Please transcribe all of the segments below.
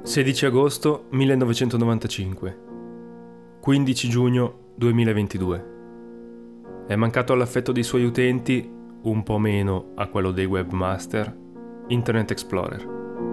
16 agosto 1995, 15 giugno 2022. È mancato all'affetto dei suoi utenti, un po' meno a quello dei webmaster, Internet Explorer.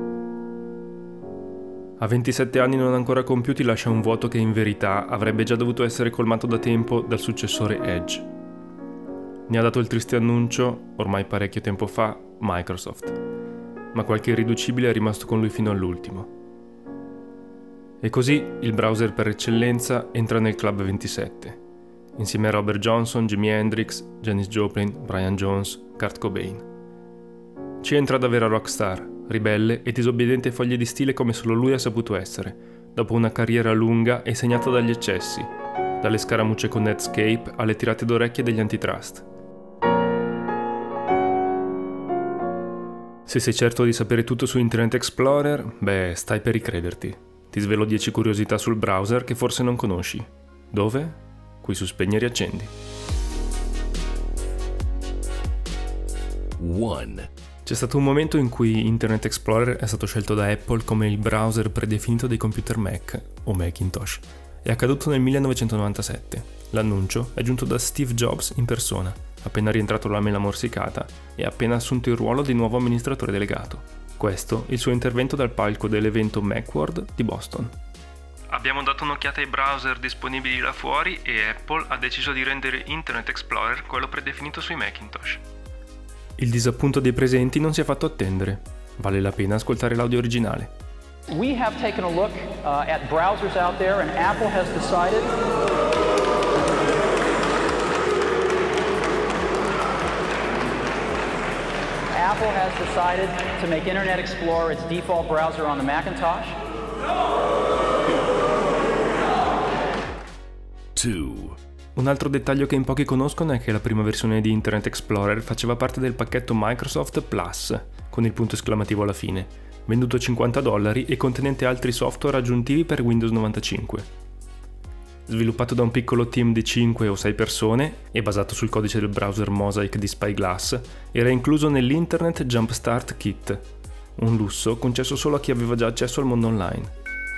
A 27 anni non ancora compiuti lascia un vuoto che in verità avrebbe già dovuto essere colmato da tempo dal successore Edge. Ne ha dato il triste annuncio, ormai parecchio tempo fa, Microsoft, ma qualche irriducibile è rimasto con lui fino all'ultimo. E così il browser per eccellenza entra nel Club 27, insieme a Robert Johnson, Jimi Hendrix, Janis Joplin, Brian Jones, Kurt Cobain. Ci entra da vera rockstar, ribelle e disobbediente foglie di stile come solo lui ha saputo essere, dopo una carriera lunga e segnata dagli eccessi, dalle scaramucce con Netscape alle tirate d'orecchie degli antitrust. Se sei certo di sapere tutto su Internet Explorer, stai per ricrederti. Ti svelo 10 curiosità sul browser che forse non conosci. Dove? Qui su Spegni e Riaccendi. 1. C'è stato un momento in cui Internet Explorer è stato scelto da Apple come il browser predefinito dei computer Mac o Macintosh. È accaduto nel 1997. L'annuncio è giunto da Steve Jobs in persona, appena rientrato la mela morsicata e appena assunto il ruolo di nuovo amministratore delegato. Questo il suo intervento dal palco dell'evento Macworld di Boston. Abbiamo dato un'occhiata ai browser disponibili là fuori e Apple ha deciso di rendere Internet Explorer quello predefinito sui Macintosh. Il disappunto dei presenti non si è fatto attendere. Vale la pena ascoltare l'audio originale. We have taken a look at browsers out there and Apple has decided to make Internet Explorer its default browser on the Macintosh. 2. Un altro dettaglio che in pochi conoscono è che la prima versione di Internet Explorer faceva parte del pacchetto Microsoft Plus, con il punto esclamativo alla fine, venduto a $50 e contenente altri software aggiuntivi per Windows 95. Sviluppato da un piccolo team di 5 o 6 persone e basato sul codice del browser Mosaic di Spyglass, era incluso nell'Internet Jumpstart Kit, un lusso concesso solo a chi aveva già accesso al mondo online.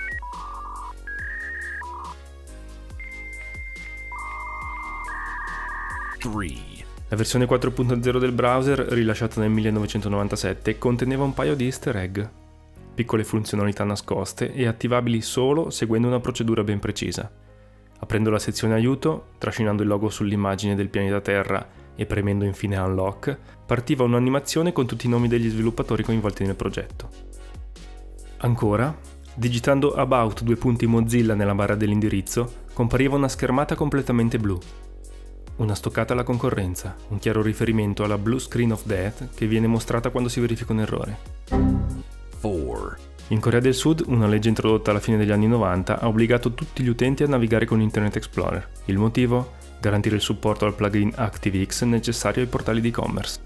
La versione 4.0 del browser, rilasciata nel 1997, conteneva un paio di easter egg, piccole funzionalità nascoste e attivabili solo seguendo una procedura ben precisa. Aprendo la sezione aiuto, trascinando il logo sull'immagine del pianeta Terra e premendo infine Unlock, partiva un'animazione con tutti i nomi degli sviluppatori coinvolti nel progetto. Ancora, digitando About Mozilla nella barra dell'indirizzo, compariva una schermata completamente blu. Una stoccata alla concorrenza, un chiaro riferimento alla Blue Screen of Death che viene mostrata quando si verifica un errore. 4. In Corea del Sud, una legge introdotta alla fine degli anni 90 ha obbligato tutti gli utenti a navigare con Internet Explorer. Il motivo? Garantire il supporto al plugin ActiveX necessario ai portali di e-commerce.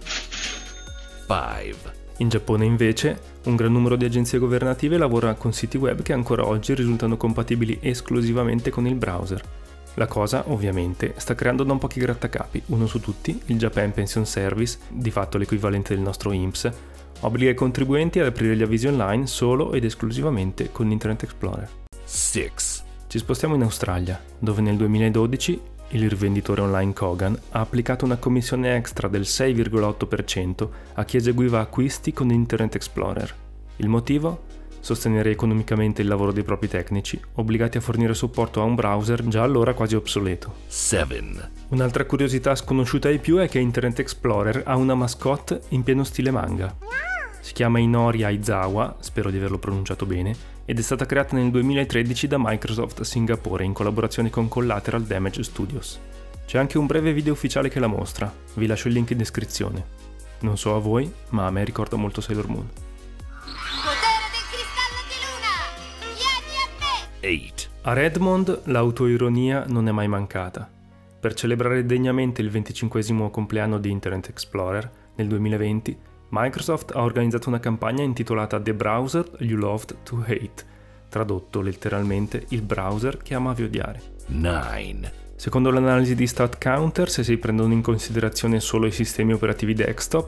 5. In Giappone, invece, un gran numero di agenzie governative lavora con siti web che ancora oggi risultano compatibili esclusivamente con il browser. La cosa, ovviamente, sta creando non pochi grattacapi. Uno su tutti, il Japan Pension Service, di fatto l'equivalente del nostro INPS, obbliga i contribuenti ad aprire gli avvisi online solo ed esclusivamente con Internet Explorer. 6. Ci spostiamo in Australia, dove nel 2012 il rivenditore online Kogan ha applicato una commissione extra del 6,8% a chi eseguiva acquisti con Internet Explorer. Il motivo? Sostenere economicamente il lavoro dei propri tecnici, obbligati a fornire supporto a un browser già allora quasi obsoleto. 7. Un'altra curiosità sconosciuta ai più è che Internet Explorer ha una mascotte in pieno stile manga. Si chiama Inori Aizawa, spero di averlo pronunciato bene, ed è stata creata nel 2013 da Microsoft Singapore in collaborazione con Collateral Damage Studios. C'è anche un breve video ufficiale che la mostra, vi lascio il link in descrizione. Non so a voi, ma a me ricorda molto Sailor Moon. Potere del cristallo di luna! Vieni a me! 8. A Redmond l'autoironia non è mai mancata. Per celebrare degnamente il 25° compleanno di Internet Explorer, nel 2020, Microsoft ha organizzato una campagna intitolata The Browser You Loved to Hate, tradotto letteralmente il browser che amavi odiare. 9. Secondo l'analisi di StatCounter, se si prendono in considerazione solo i sistemi operativi desktop,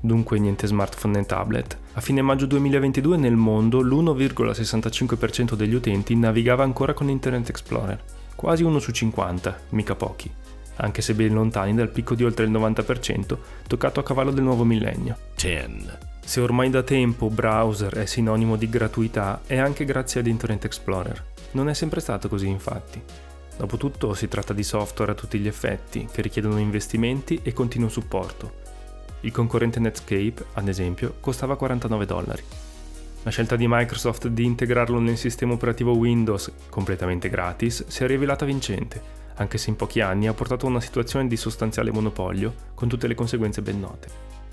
dunque niente smartphone né tablet, a fine maggio 2022 nel mondo l'1,65% degli utenti navigava ancora con Internet Explorer, quasi 1 su 50, mica pochi, anche se ben lontani dal picco di oltre il 90% toccato a cavallo del nuovo millennio. 10, Se ormai da tempo browser è sinonimo di gratuità, è anche grazie ad Internet Explorer. Non è sempre stato così, infatti. Dopotutto si tratta di software a tutti gli effetti, che richiedono investimenti e continuo supporto. Il concorrente Netscape, ad esempio, costava $49. La scelta di Microsoft di integrarlo nel sistema operativo Windows, completamente gratis, si è rivelata vincente, anche se in pochi anni ha portato a una situazione di sostanziale monopolio, con tutte le conseguenze ben note.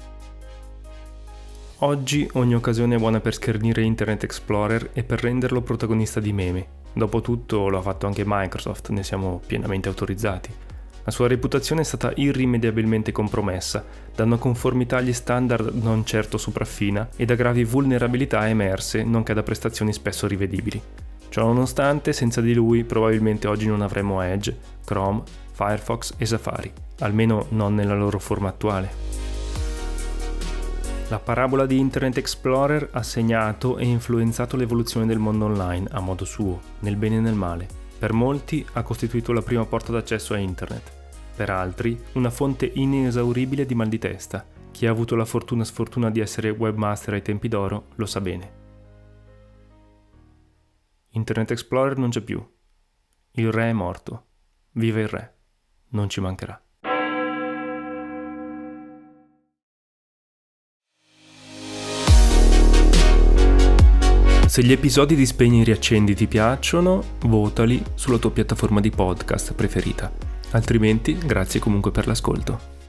Oggi ogni occasione è buona per schernire Internet Explorer e per renderlo protagonista di meme. Dopotutto lo ha fatto anche Microsoft, ne siamo pienamente autorizzati. La sua reputazione è stata irrimediabilmente compromessa da una conformità agli standard non certo sopraffina e da gravi vulnerabilità emerse, nonché da prestazioni spesso rivedibili. Ciononostante, senza di lui probabilmente oggi non avremo Edge, Chrome, Firefox e Safari, almeno non nella loro forma attuale. La parabola di Internet Explorer ha segnato e influenzato l'evoluzione del mondo online a modo suo, nel bene e nel male. Per molti ha costituito la prima porta d'accesso a Internet, per altri una fonte inesauribile di mal di testa. Chi ha avuto la fortuna-sfortuna di essere webmaster ai tempi d'oro lo sa bene. Internet Explorer non c'è più. Il re è morto. Viva il re. Non ci mancherà. Se gli episodi di Spegni e Riaccendi ti piacciono, votali sulla tua piattaforma di podcast preferita. Altrimenti, grazie comunque per l'ascolto.